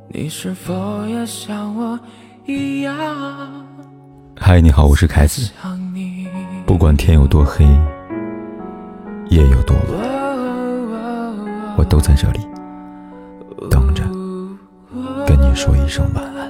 你是否也像我一样？ 嗨，你好，我是凯子。不管天有多黑，夜有多晚，我都在这里等着跟你说一声晚安。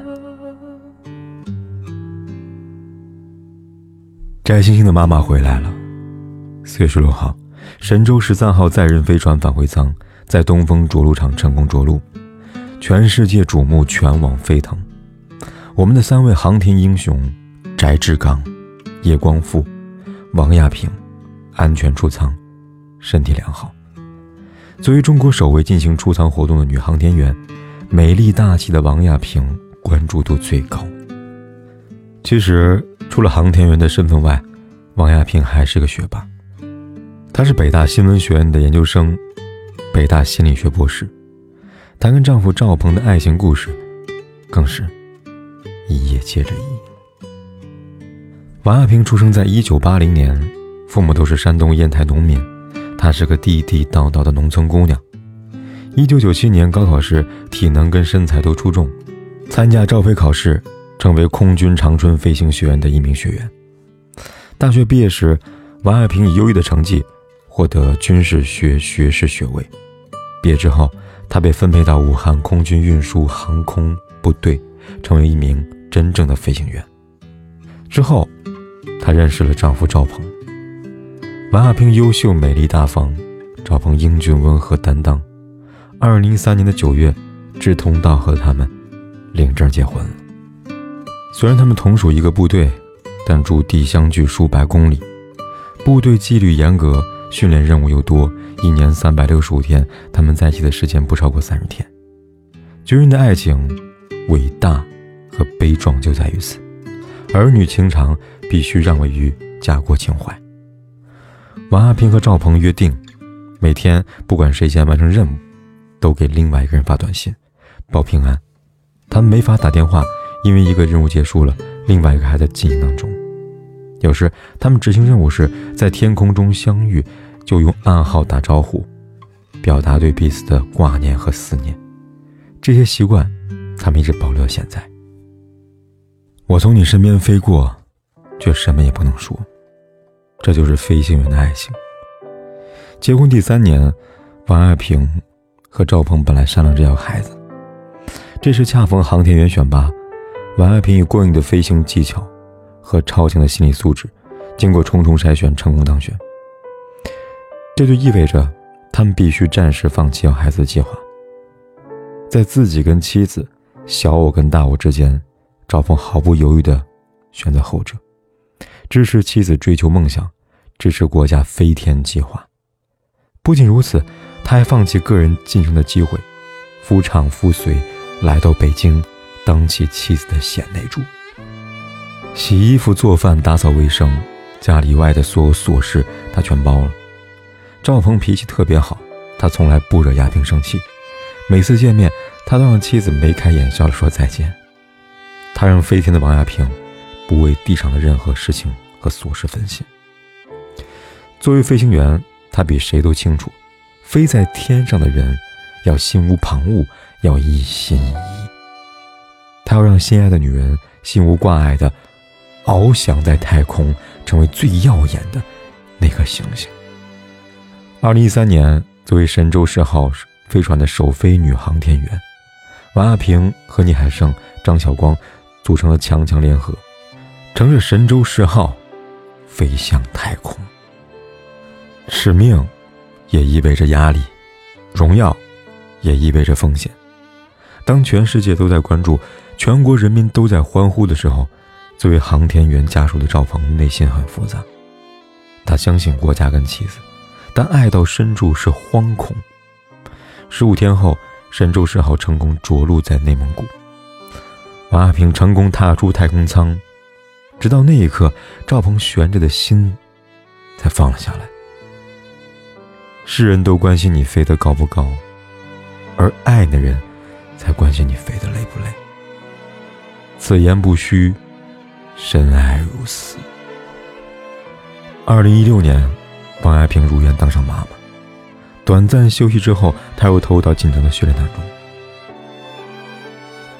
翟星星的妈妈回来了。4月16号，神舟13号载人飞船返回舱在东风着陆场成功着陆，全世界瞩目，全网沸腾。我们的3位航天英雄翟志刚、叶光富、王亚平安全出舱，身体良好。作为中国首位进行出舱活动的女航天员，美丽大气的王亚平关注度最高。其实除了航天员的身份外，王亚平还是个学霸。她是北大新闻学院的研究生，北大心理学博士。她跟丈夫赵鹏的爱情故事更是一页接着一页。王亚平出生在1980年，父母都是山东烟台农民，她是个地地道道的农村姑娘。1997年高考时，体能跟身材都出众，参加招飞考试，成为空军长春飞行学院的一名学员。大学毕业时，王亚平以优异的成绩获得军事学学士学位。毕业之后，她被分配到武汉空军运输航空部队，成为一名真正的飞行员。之后，她认识了丈夫赵鹏。王亚平优秀美丽大方，赵鹏英俊温和担当。2013年的9月，志同道合的他们领证结婚了。虽然他们同属一个部队，但驻地相距数百公里，部队纪律严格，训练任务又多，一年365天，他们在一起的时间不超过30天。军人的爱情伟大和悲壮就在于此，儿女情长必须让位于家国情怀。王亚平和赵鹏约定，每天不管谁先完成任务，都给另外一个人发短信报平安。他们没法打电话，因为一个任务结束了，另外一个还在进行当中。有时他们执行任务时在天空中相遇，就用暗号打招呼，表达对彼此的挂念和思念。这些习惯他们一直保留到现在。我从你身边飞过，却什么也不能说，这就是飞行员的爱情。结婚第3年，王亚平和赵鹏本来商量着要孩子，这时恰逢航天员选拔，王亚平以过硬的飞行技巧和超强的心理素质，经过重重筛选成功当选。这就意味着他们必须暂时放弃要孩子的计划。在自己跟妻子、小我跟大我之间，赵鹏毫不犹豫地选择后者，支持妻子追求梦想，支持国家飞天计划。不仅如此，他还放弃个人晋升的机会，夫唱妇随来到北京，当起妻子的贤内助。洗衣服、做饭、打扫卫生，家里外的所有琐事他全包了。赵鹏脾气特别好，他从来不惹亚平生气，每次见面他都让妻子眉开眼笑地说再见。他让飞天的王亚平不为地上的任何事情和琐事分心。作为飞行员，他比谁都清楚，飞在天上的人要心无旁骛，要一心一意。他要让心爱的女人心无挂碍地翱翔在太空，成为最耀眼的那颗星星。2013年，作为神舟10号飞船的首飞女航天员，王亚平和聂海胜、张晓光组成了强强联合，乘着神舟10号飞向太空。使命也意味着压力，荣耀也意味着风险。当全世界都在关注，全国人民都在欢呼的时候，作为航天员家属的赵鹏内心很复杂。他相信国家跟妻子，但爱到深处是惶恐。15天后，神舟10号成功着陆在内蒙古，王亚平成功踏出太空舱。直到那一刻，赵鹏悬着的心才放了下来。世人都关心你飞得高不高，而爱的人才关心你飞得累不累。此言不虚，深爱如斯。2016年，王亚平如愿当上妈妈。短暂休息之后，她又投入到紧张的训练当中。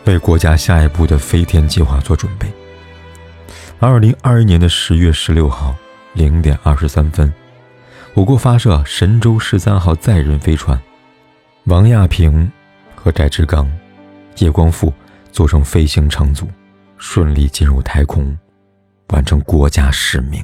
为国家下一步的飞天计划做准备。2021年10月16号0点23分，我国发射神舟13号载人飞船，王亚平和翟志刚、叶光富组成飞行乘组，顺利进入太空，完成国家使命。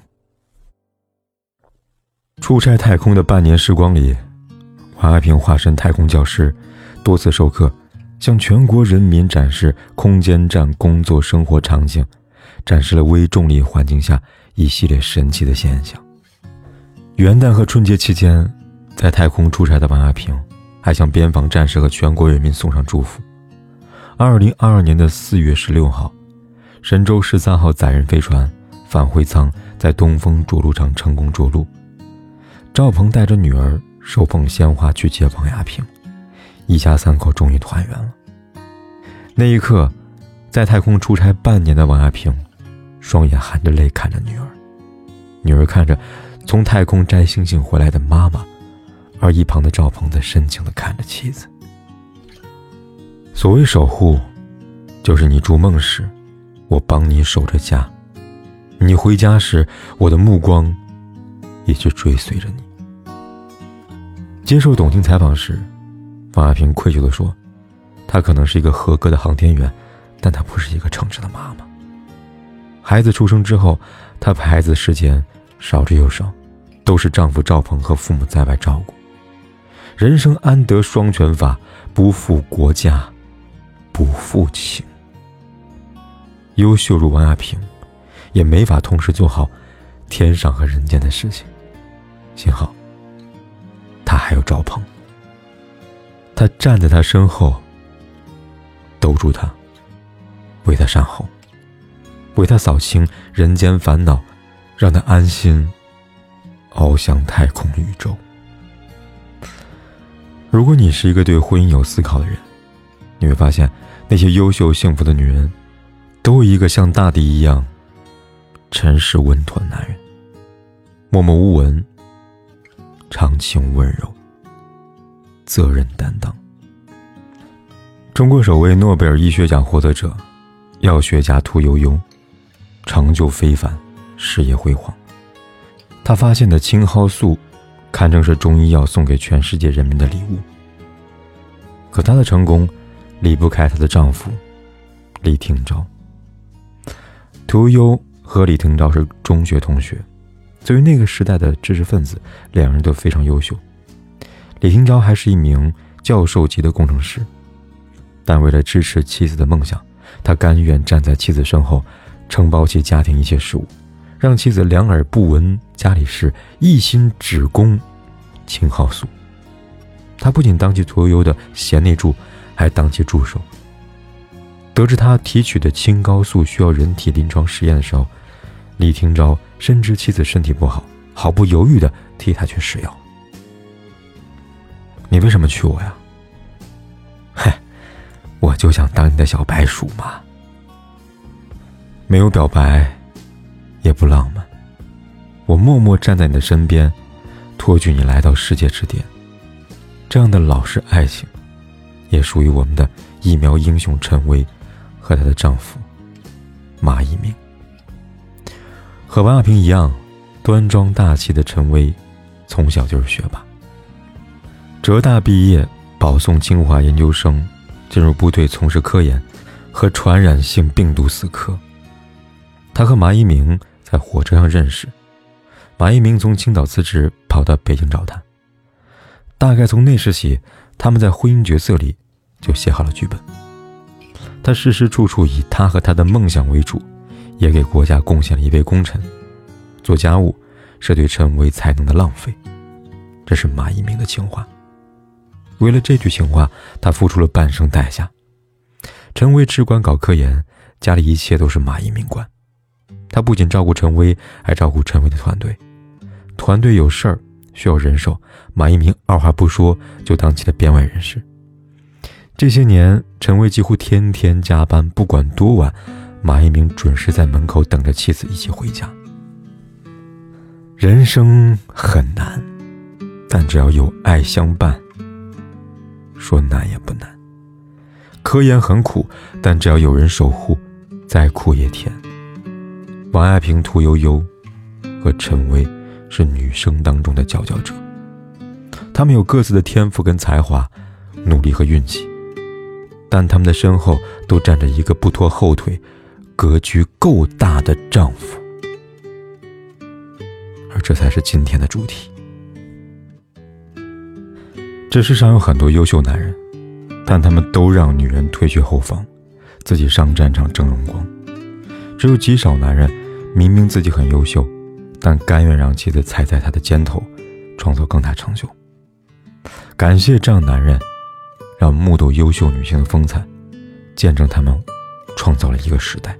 出差太空的半年时光里，王亚平化身太空教师，多次授课，向全国人民展示空间站工作生活场景，展示了微重力环境下一系列神奇的现象。元旦和春节期间，在太空出差的王亚平还向边防战士和全国人民送上祝福。2022年4月16号，神舟13号载人飞船返回舱在东风着陆场成功着陆。赵鹏带着女儿手捧鲜花去接王亚平，一家三口终于团圆了。那一刻，在太空出差半年的王亚平双眼含着泪看着女儿，女儿看着从太空摘星星回来的妈妈，而一旁的赵鹏则深情地看着妻子。所谓守护，就是你筑梦时，我帮你守着家；你回家时，我的目光一直追随着你。接受董卿采访时，王亚平愧疚地说，她可能是一个合格的航天员，但她不是一个称职的妈妈。孩子出生之后，她陪孩子时间少之又少，都是丈夫赵鹏和父母在外照顾。人生安得双全法，不负国家，不负情。优秀如王亚平，也没法同时做好天上和人间的事情。幸好他还有赵鹏，他站在他身后，兜住他，为他善后，为他扫清人间烦恼，让他安心翱翔太空宇宙。如果你是一个对婚姻有思考的人，你会发现那些优秀幸福的女人都有一个像大地一样沉实稳妥的男人，默默无闻，长情温柔，责任担当。中国首位诺贝尔医学奖获得者，药学家屠呦呦，成就非凡，事业辉煌。他发现的青蒿素堪称是中医药送给全世界人民的礼物。可她的成功离不开她的丈夫李廷钊。屠呦呦和李廷钊是中学同学，作为那个时代的知识分子，两人都非常优秀。李廷钊还是一名教授级的工程师，但为了支持妻子的梦想，他甘愿站在妻子身后，承包其家庭一切事务，让妻子两耳不闻家里事，一心只攻青蒿素。他不仅当起屠呦呦的贤内助，还当其助手。得知他提取的青蒿素需要人体临床实验的时候，李廷钊深知妻子身体不好，毫不犹豫地替她去试药。你为什么娶我呀？嗨，我就想当你的小白鼠嘛。没有表白，也不浪漫，我默默站在你的身边，托举你来到世界之巅。这样的老实爱情，也属于我们的疫苗英雄陈薇和她的丈夫马一鸣。和王亚平一样端庄大气的陈薇，从小就是学霸。浙大毕业，保送清华研究生，进入部队从事科研和传染性病毒死科。他和马一鸣在火车上认识，马一鸣从青岛辞职跑到北京找他。大概从那时起，他们在婚姻角色里就写好了剧本。他时时处处以他和他的梦想为主，也给国家贡献了一位功臣。做家务是对陈薇才能的浪费，这是马一鸣的情话。为了这句情话，他付出了半生代价。陈薇只管搞科研，家里一切都是马一鸣管。他不仅照顾陈薇，还照顾陈薇的团队。团队有事儿需要人手，马一鸣二话不说就当起了编外人士。这些年，陈薇几乎天天加班，不管多晚，马一鸣准时在门口等着妻子一起回家。人生很难，但只要有爱相伴，说难也不难。 科研很苦，但只要有人守护，再苦也甜。王爱萍、屠呦呦和陈薇是女生当中的佼佼者，她们有各自的天赋跟才华，努力和运气，但她们的身后都站着一个不拖后腿、格局够大的丈夫。而这才是今天的主题。这世上有很多优秀男人，但他们都让女人退居后方，自己上战场争荣光。只有极少男人明明自己很优秀，但甘愿让妻子踩在他的肩头，创造更大成就。感谢这样男人，让目睹优秀女性的风采，见证他们创造了一个时代。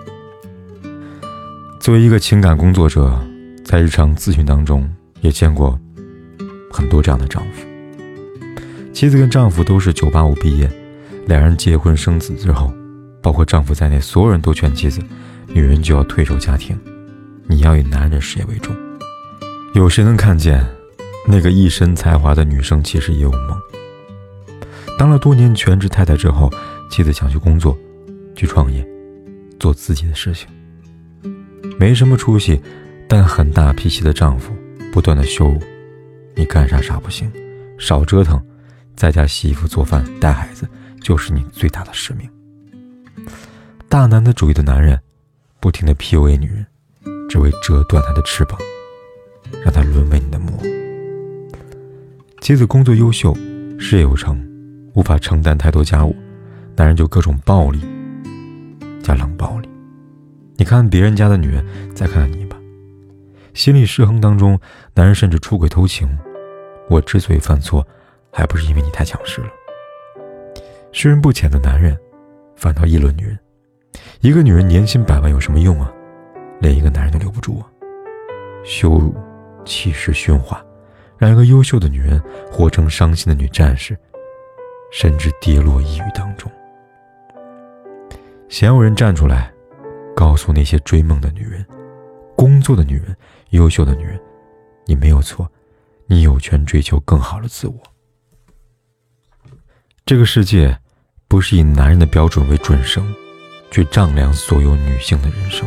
作为一个情感工作者，在日常咨询当中也见过很多这样的丈夫。妻子跟丈夫都是985毕业，两人结婚生子之后，包括丈夫在内，所有人都劝妻子，女人就要退守家庭，你要以男人事业为重。有谁能看见那个一身才华的女生其实也有梦？当了多年全职太太之后，妻子想去工作，去创业，做自己的事情。没什么出息，但很大脾气的丈夫不断的羞辱你，干啥不行，少折腾，在家洗衣服做饭带孩子就是你最大的使命。大男子主义的男人不停地 PUA 女人，只为折断她的翅膀，让她沦为你的魔。妻子工作优秀，事业有成，无法承担太多家务，男人就各种暴力加冷暴力。你看别人家的女人，再看看你吧。心理失衡当中，男人甚至出轨偷情。我之所以犯错，还不是因为你太强势了。识人不浅的男人反倒议论女人，一个女人年薪100万有什么用啊？连一个男人都留不住啊！羞辱、歧视、驯化，让一个优秀的女人活成伤心的女战士，甚至跌落抑郁当中。鲜有人站出来告诉那些追梦的女人、工作的女人、优秀的女人，你没有错，你有权追求更好的自我。这个世界不是以男人的标准为准绳去丈量所有女性的人生。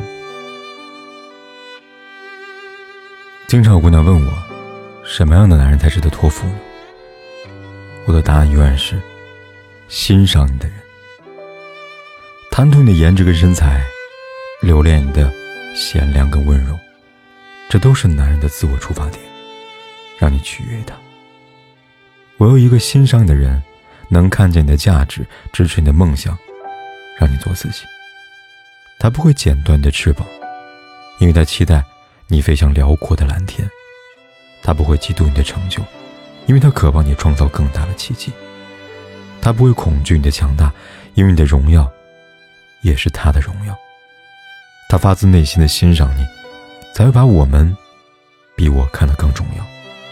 经常有姑娘问我，什么样的男人才值得托付呢？我的答案永远是欣赏你的人，贪图你的颜值跟身材，留恋你的贤良跟温柔，这都是男人的自我出发点，让你取悦他。唯有一个欣赏你的人，能看见你的价值，支持你的梦想，让你做自己。他不会剪断你的翅膀，因为他期待你飞向辽阔的蓝天。他不会嫉妒你的成就，因为他渴望你创造更大的奇迹。他不会恐惧你的强大，因为你的荣耀也是他的荣耀。他发自内心的欣赏你，才会把我们比我看得更重要。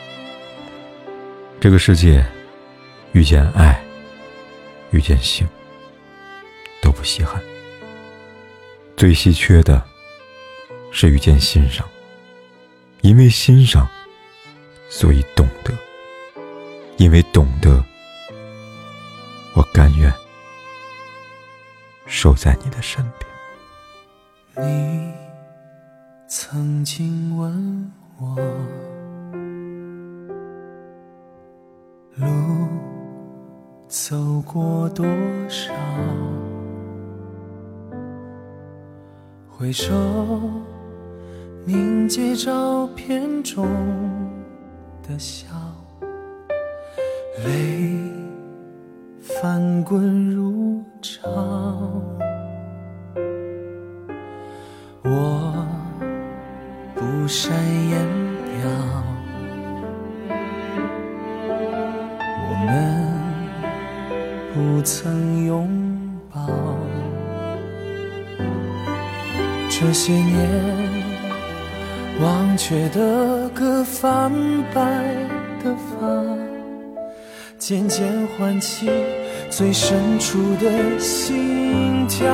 这个世界遇见爱，遇见性都不稀罕，最稀缺的是遇见欣赏。因为欣赏，所以懂得，因为懂得，我甘愿守在你的身边。 你曾经问我，路走过多少，回首凝结照片中的笑，泪翻滚如潮。我不善言表，我们不曾拥抱，这些年忘却的歌，泛白的发，渐渐唤起最深处的心跳。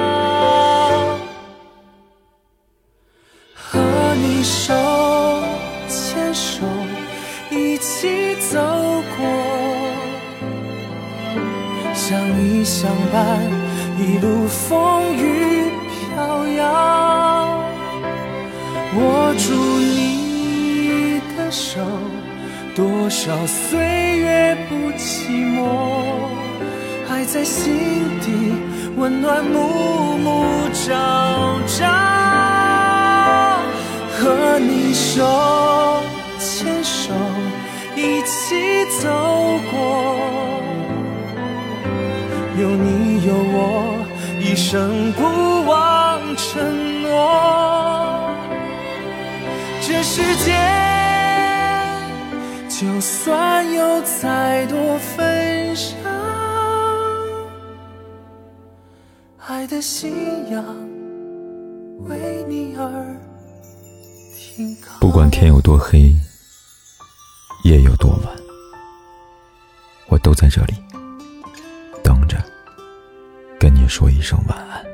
和你手牵手一起走过，像一相伴，一路风雨飘摇。握住你的手，多少岁月不寂寞，爱在心底温暖，暮暮朝朝。和你手牵手一起走过，有你有我，一生不忘承诺。这世界就算有再多纷扰，爱的信仰为你而停靠。 不管天有多黑，夜有多晚，我都在这里等着跟你说一声晚安。